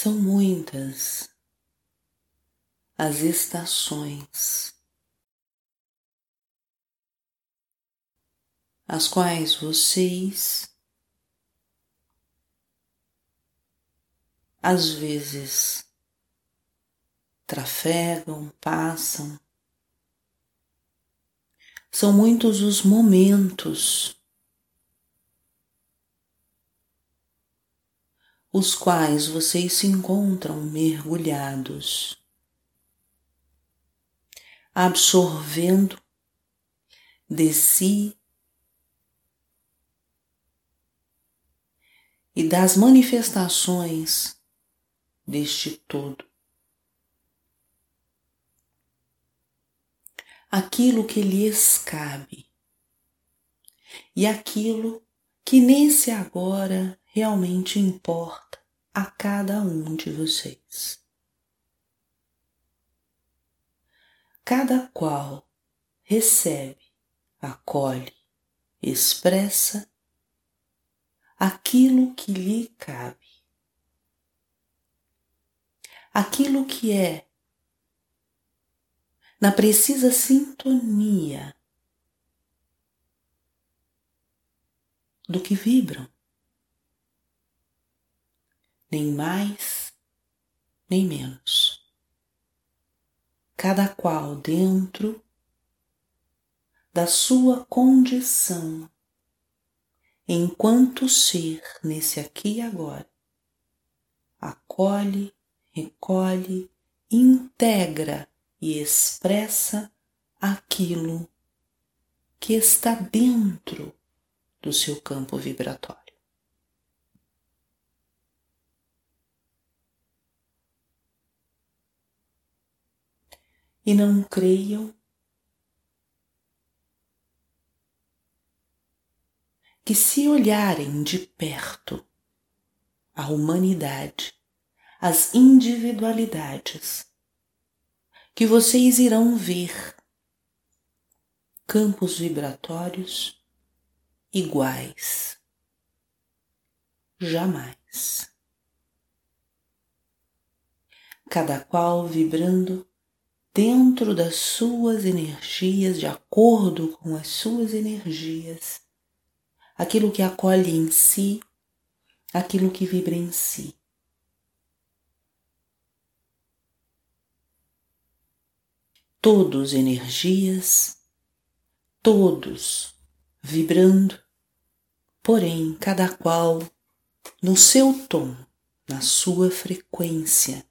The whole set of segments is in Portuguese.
São muitas as estações as quais vocês às vezes trafegam, passam. São muitos os momentos os quais vocês se encontram mergulhados, absorvendo de si e das manifestações deste todo. Aquilo que lhes cabe e aquilo que nesse agora realmente importa a cada um de vocês. Cada qual recebe, acolhe, expressa aquilo que lhe cabe, aquilo que é na precisa sintonia do que vibram, nem mais, nem menos. Cada qual dentro da sua condição, enquanto ser nesse aqui e agora, acolhe, recolhe, integra e expressa aquilo que está dentro do seu campo vibratório. E não creiam que se olharem de perto a humanidade, as individualidades, que vocês irão ver campos vibratórios iguais. Jamais. Cada qual vibrando dentro das suas energias, de acordo com as suas energias, aquilo que acolhe em si, aquilo que vibra em si. Todos energias, todos vibrando, porém cada qual no seu tom, na sua frequência.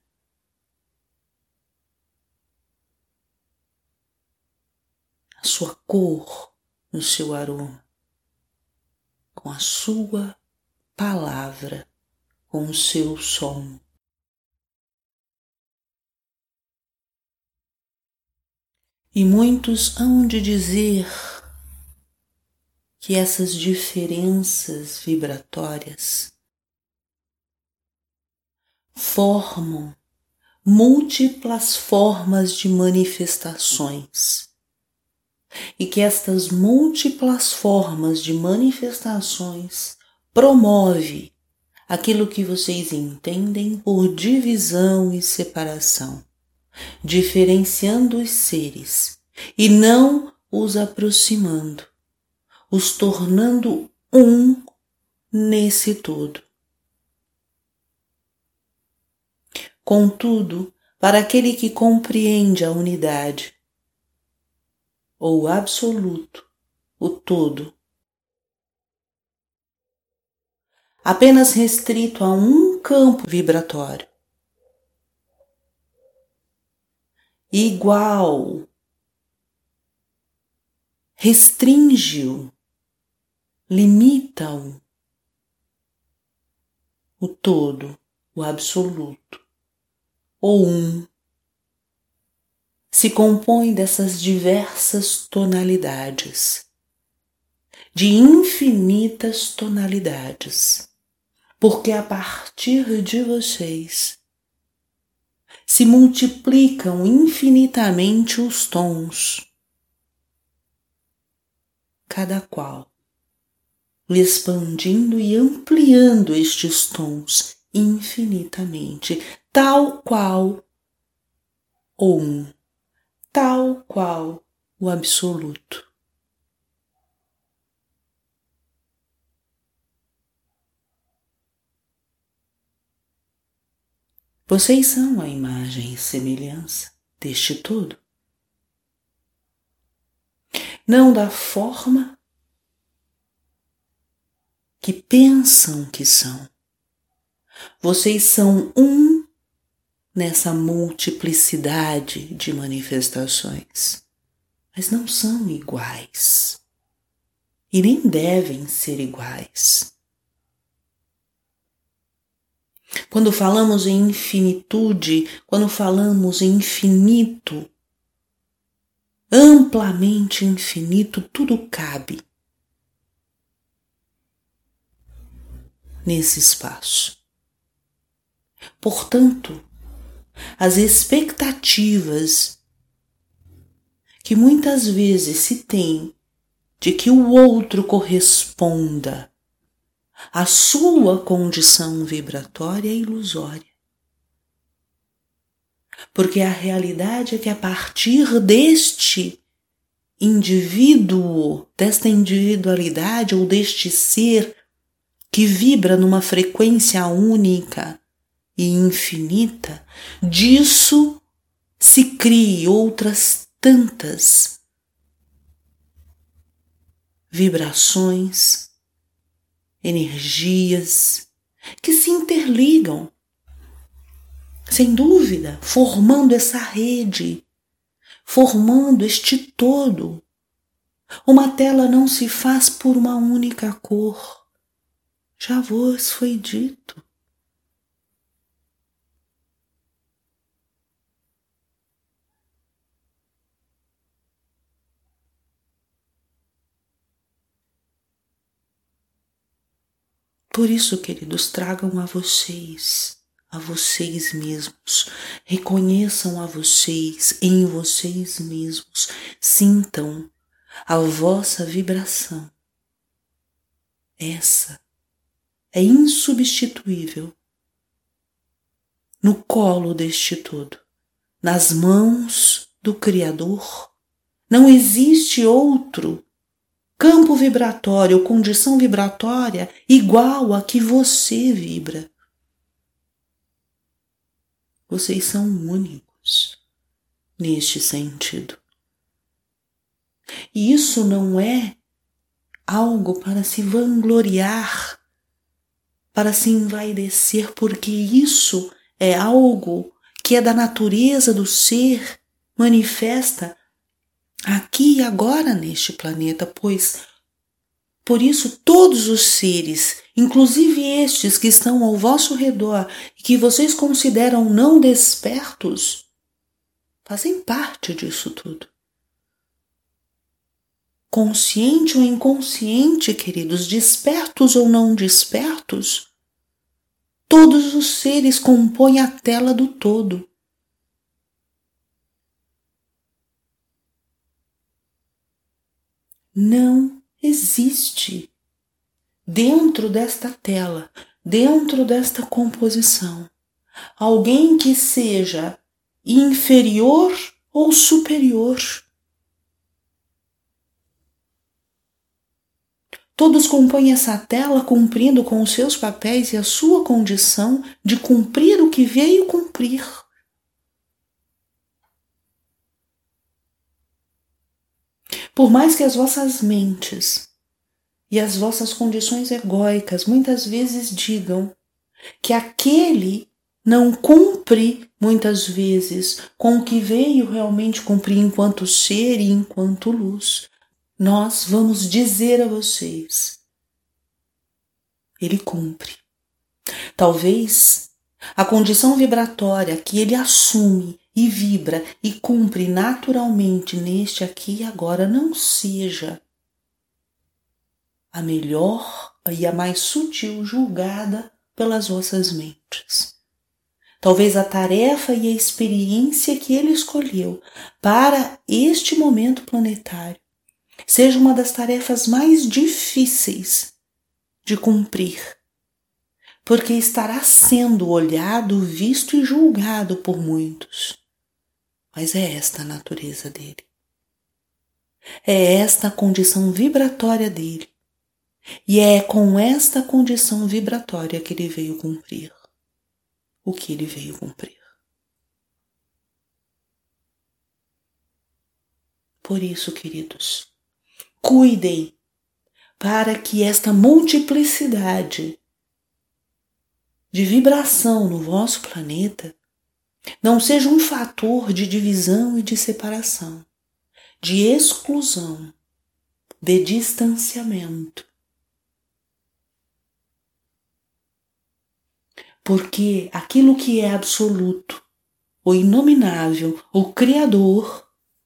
A sua cor, no seu aroma, com a sua palavra, com o seu som. E muitos hão de dizer que essas diferenças vibratórias formam múltiplas formas de manifestações e que estas múltiplas formas de manifestações promove aquilo que vocês entendem por divisão e separação, diferenciando os seres e não os aproximando, os tornando um nesse todo. Contudo, para aquele que compreende a unidade, ou o absoluto, o todo, apenas restrito a um campo vibratório, igual, restringe-o, limita-o, o todo, o absoluto, ou se compõe dessas diversas tonalidades, de infinitas tonalidades, porque a partir de vocês se multiplicam infinitamente os tons, cada qual expandindo e ampliando estes tons infinitamente, tal qual tal qual o absoluto. Vocês são a imagem e semelhança deste todo. Não da forma que pensam que são. Vocês são nessa multiplicidade de manifestações, mas não são iguais e nem devem ser iguais. Quando falamos em infinitude, quando falamos em infinito, amplamente infinito, tudo cabe nesse espaço. Portanto, as expectativas que muitas vezes se tem de que o outro corresponda à sua condição vibratória é ilusória. Porque a realidade é que a partir deste indivíduo, desta individualidade ou deste ser que vibra numa frequência única e infinita, disso se crie outras tantas vibrações, energias que se interligam, sem dúvida, formando essa rede, formando este todo. Uma tela não se faz por uma única cor, já vos foi dito. Por isso, queridos, tragam a vocês mesmos, reconheçam a vocês, em vocês mesmos, sintam a vossa vibração. Essa é insubstituível no colo deste todo, nas mãos do Criador. Não existe outro campo vibratório ou condição vibratória igual a que você vibra. Vocês são únicos neste sentido. E isso não é algo para se vangloriar, para se envaidecer, porque isso é algo que é da natureza do ser, manifesta aqui e agora neste planeta, pois por isso todos os seres, inclusive estes que estão ao vosso redor e que vocês consideram não despertos, fazem parte disso tudo. Consciente ou inconsciente, queridos, despertos ou não despertos, todos os seres compõem a tela do todo. Não existe dentro desta tela, dentro desta composição, alguém que seja inferior ou superior. Todos compõem essa tela cumprindo com os seus papéis e a sua condição de cumprir o que veio cumprir. Por mais que as vossas mentes e as vossas condições egóicas muitas vezes digam que aquele não cumpre muitas vezes com o que veio realmente cumprir enquanto ser e enquanto luz, nós vamos dizer a vocês, ele cumpre. Talvez a condição vibratória que ele assume e vibra e cumpre naturalmente neste aqui e agora não seja a melhor e a mais sutil julgada pelas vossas mentes. Talvez a tarefa e a experiência que ele escolheu para este momento planetário seja uma das tarefas mais difíceis de cumprir, porque estará sendo olhado, visto e julgado por muitos. Mas é esta a natureza dele. É esta a condição vibratória dele. E é com esta condição vibratória que ele veio cumprir o que ele veio cumprir. Por isso, queridos, cuidem para que esta multiplicidade de vibração no vosso planeta não seja um fator de divisão e de separação, de exclusão, de distanciamento. Porque aquilo que é absoluto, o inominável, o Criador,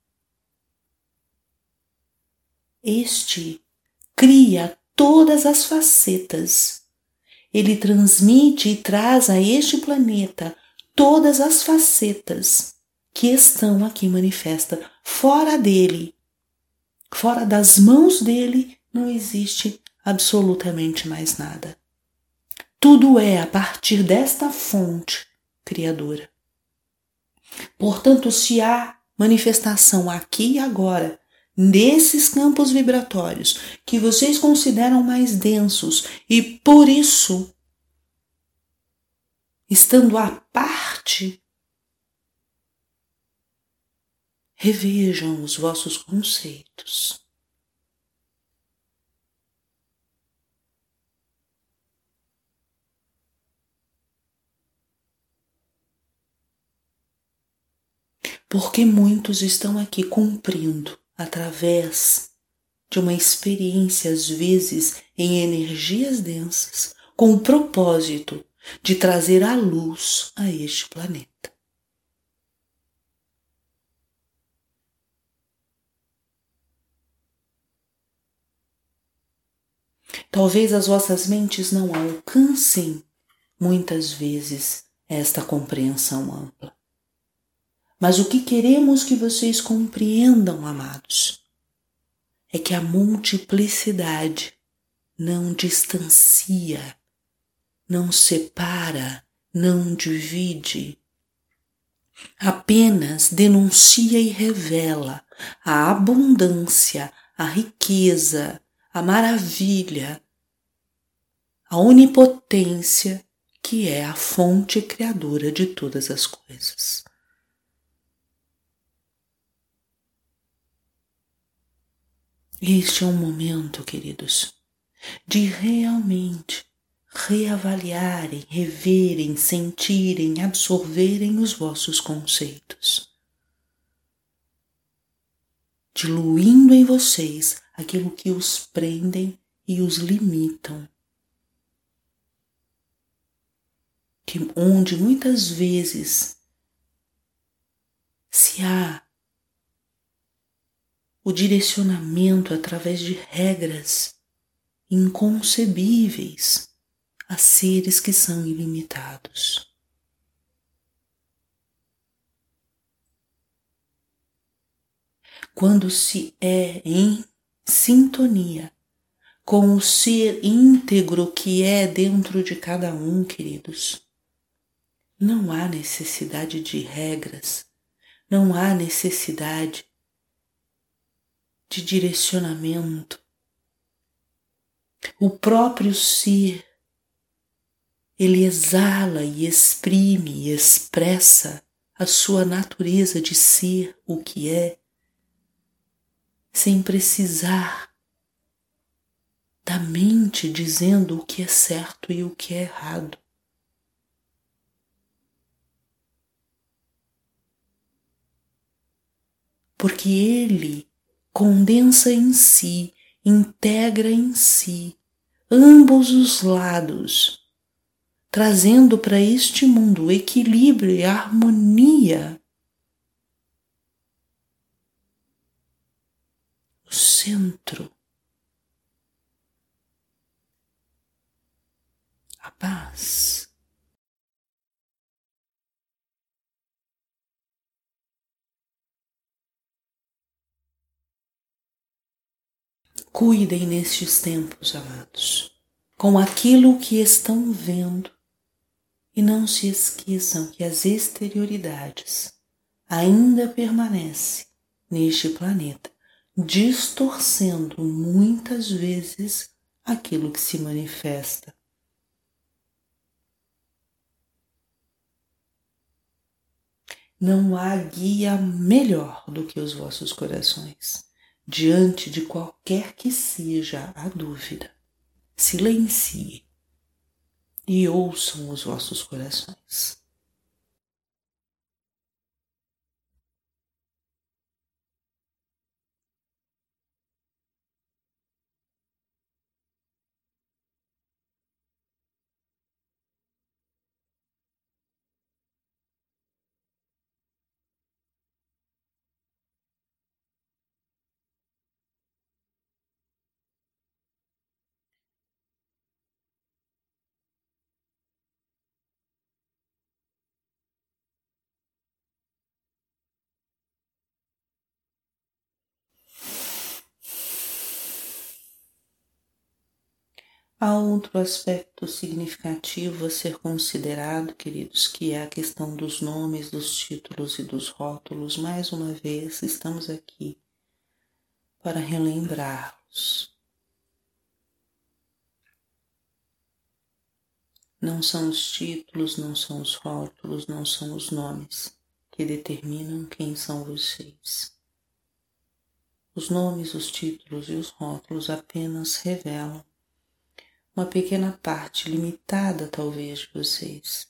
este cria todas as facetas. Ele transmite e traz a este planeta todas as facetas que estão aqui manifestas. Fora dele, fora das mãos dele, não existe absolutamente mais nada. Tudo é a partir desta fonte criadora. Portanto, se há manifestação aqui e agora, nesses campos vibratórios que vocês consideram mais densos e por isso, estando à parte, revejam os vossos conceitos. Porque muitos estão aqui cumprindo através de uma experiência, às vezes, em energias densas, com o propósito de trazer a luz a este planeta. Talvez as vossas mentes não alcancem, muitas vezes, esta compreensão ampla. Mas o que queremos que vocês compreendam, amados, é que a multiplicidade não distancia, não separa, não divide. Apenas denuncia e revela a abundância, a riqueza, a maravilha, a onipotência que é a fonte criadora de todas as coisas. Este é um momento, queridos, de realmente reavaliarem, reverem, sentirem, absorverem os vossos conceitos, diluindo em vocês aquilo que os prendem e os limitam, onde muitas vezes se há o direcionamento através de regras inconcebíveis a seres que são ilimitados. Quando se é em sintonia com o ser íntegro que é dentro de cada um, queridos, não há necessidade de regras, não há necessidade de direcionamento. O próprio ser, ele exala e exprime e expressa a sua natureza de ser o que é, sem precisar da mente dizendo o que é certo e o que é errado. Porque ele condensa em si, integra em si ambos os lados, trazendo para este mundo equilíbrio e harmonia. O centro, a paz. Cuidem nestes tempos, amados. com aquilo que estão vendo e não se esqueçam que as exterioridades ainda permanecem neste planeta, distorcendo muitas vezes aquilo que se manifesta. Não há guia melhor do que os vossos corações, diante de qualquer que seja a dúvida. Silencie e ouçam os vossos corações. Há outro aspecto significativo a ser considerado, queridos, que é a questão dos nomes, dos títulos e dos rótulos. Mais uma vez, estamos aqui para relembrá-los. Não são os títulos, não são os rótulos, não são os nomes que determinam quem são vocês. Os nomes, os títulos e os rótulos apenas revelam uma pequena parte, limitada talvez, de vocês.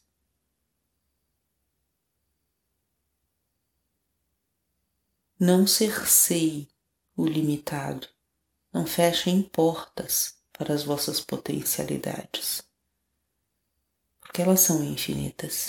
Não cerceie o limitado, não fechem portas para as vossas potencialidades, porque elas são infinitas.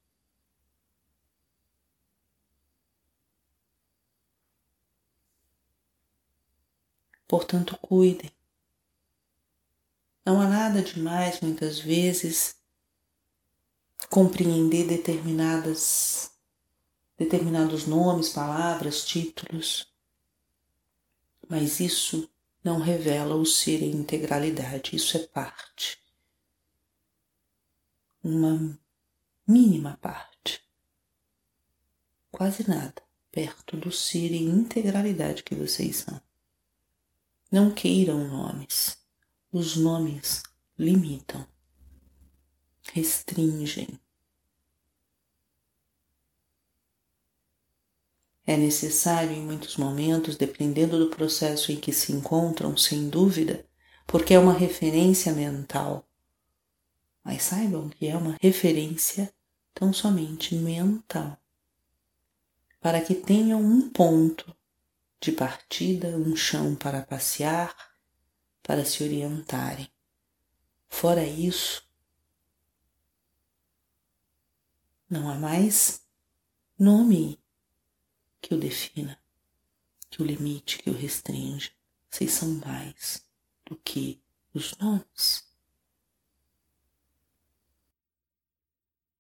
Portanto, cuidem. Não há nada demais, muitas vezes, compreender determinados nomes, palavras, títulos, mas isso não revela o ser em integralidade, isso é parte, uma mínima parte, quase nada, perto do ser em integralidade que vocês são. Não queiram nomes, os nomes limitam, restringem. É necessário em muitos momentos, dependendo do processo em que se encontram, sem dúvida, porque é uma referência mental. Mas saibam que é uma referência tão somente mental, para que tenham um ponto de partida, um chão para passear, para se orientarem. Fora isso, não há mais nome que o defina, que o limite, que o restringe. Vocês são mais do que os nomes.